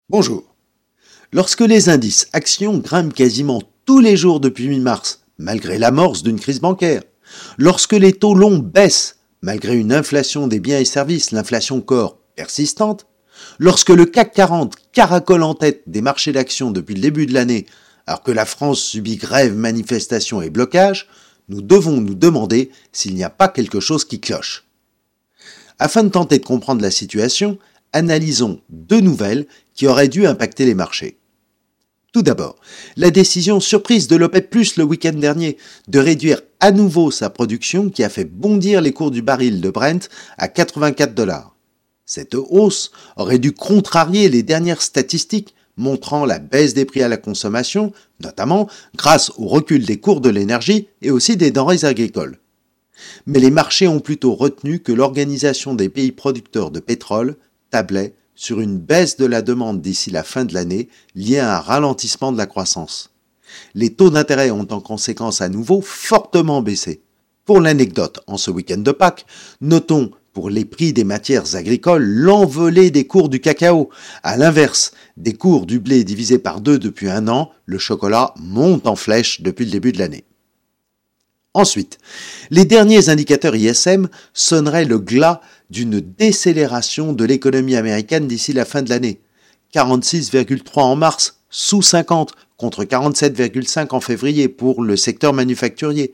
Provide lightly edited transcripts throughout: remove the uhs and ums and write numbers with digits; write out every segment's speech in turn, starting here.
Bonjour. Lorsque les indices actions grimpent quasiment tous les jours depuis mi-mars, malgré l'amorce d'une crise bancaire, lorsque les taux longs baissent, malgré une inflation des biens et services, l'inflation corps persistante, lorsque le CAC 40 caracole en tête des marchés d'actions depuis le début de l'année, alors que la France subit grève, manifestations et blocages, nous devons nous demander s'il n'y a pas quelque chose qui cloche. Afin de tenter de comprendre la situation, analysons deux nouvelles qui auraient dû impacter les marchés. Tout d'abord, la décision surprise de l'OPEP+, le week-end dernier, de réduire à nouveau sa production qui a fait bondir les cours du baril de Brent à 84 $. Cette hausse aurait dû contrarier les dernières statistiques montrant la baisse des prix à la consommation, notamment grâce au recul des cours de l'énergie et aussi des denrées agricoles. Mais les marchés ont plutôt retenu que l'Organisation des pays producteurs de pétrole tablait sur une baisse de la demande d'ici la fin de l'année liée à un ralentissement de la croissance. Les taux d'intérêt ont en conséquence à nouveau fortement baissé. Pour l'anecdote, en ce week-end de Pâques, notons pour les prix des matières agricoles l'envolée des cours du cacao. À l'inverse, des cours du blé divisés par 2 depuis un an, le chocolat monte en flèche depuis le début de l'année. Ensuite, les derniers indicateurs ISM sonneraient le glas d'une décélération de l'économie américaine d'ici la fin de l'année. 46,3 en mars, sous 50, contre 47,5 en février pour le secteur manufacturier.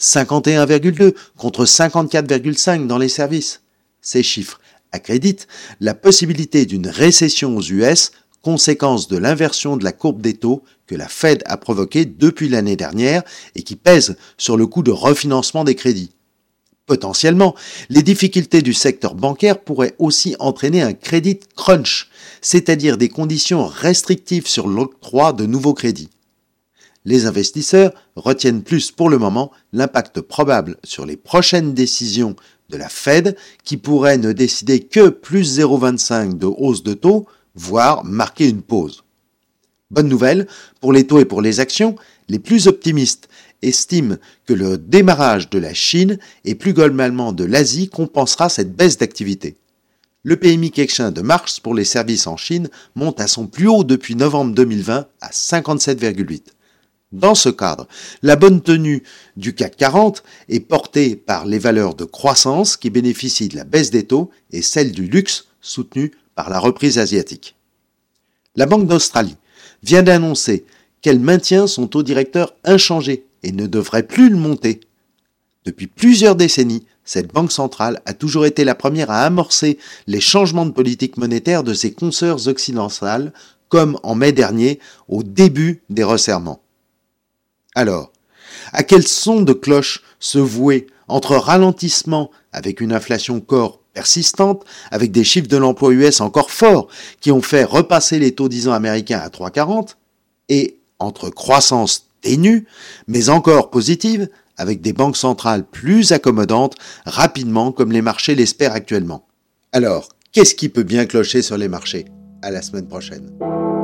51,2 contre 54,5 dans les services. Ces chiffres accréditent la possibilité d'une récession aux US, conséquence de l'inversion de la courbe des taux que la Fed a provoquée depuis l'année dernière et qui pèse sur le coût de refinancement des crédits. Potentiellement, les difficultés du secteur bancaire pourraient aussi entraîner un credit crunch, c'est-à-dire des conditions restrictives sur l'octroi de nouveaux crédits. Les investisseurs retiennent plus pour le moment l'impact probable sur les prochaines décisions de la Fed qui pourrait ne décider que plus 0,25 de hausse de taux, voire marquer une pause. Bonne nouvelle, pour les taux et pour les actions, les plus optimistes estiment que le démarrage de la Chine et plus globalement de l'Asie compensera cette baisse d'activité. Le PMI Kexin de mars pour les services en Chine monte à son plus haut depuis novembre 2020 à 57,8. Dans ce cadre, la bonne tenue du CAC 40 est portée par les valeurs de croissance qui bénéficient de la baisse des taux et celle du luxe soutenue par la reprise asiatique. La Banque d'Australie vient d'annoncer qu'elle maintient son taux directeur inchangé et ne devrait plus le monter. Depuis plusieurs décennies, cette banque centrale a toujours été la première à amorcer les changements de politique monétaire de ses consoeurs occidentales, comme en mai dernier, au début des resserrements. Alors, à quel son de cloche se vouer entre ralentissement avec une inflation corps persistante, avec des chiffres de l'emploi US encore forts qui ont fait repasser les taux 10 ans américains à 3,40, et entre croissance ténue, mais encore positive, avec des banques centrales plus accommodantes, rapidement comme les marchés l'espèrent actuellement. Alors, qu'est-ce qui peut bien clocher sur les marchés ? À la semaine prochaine.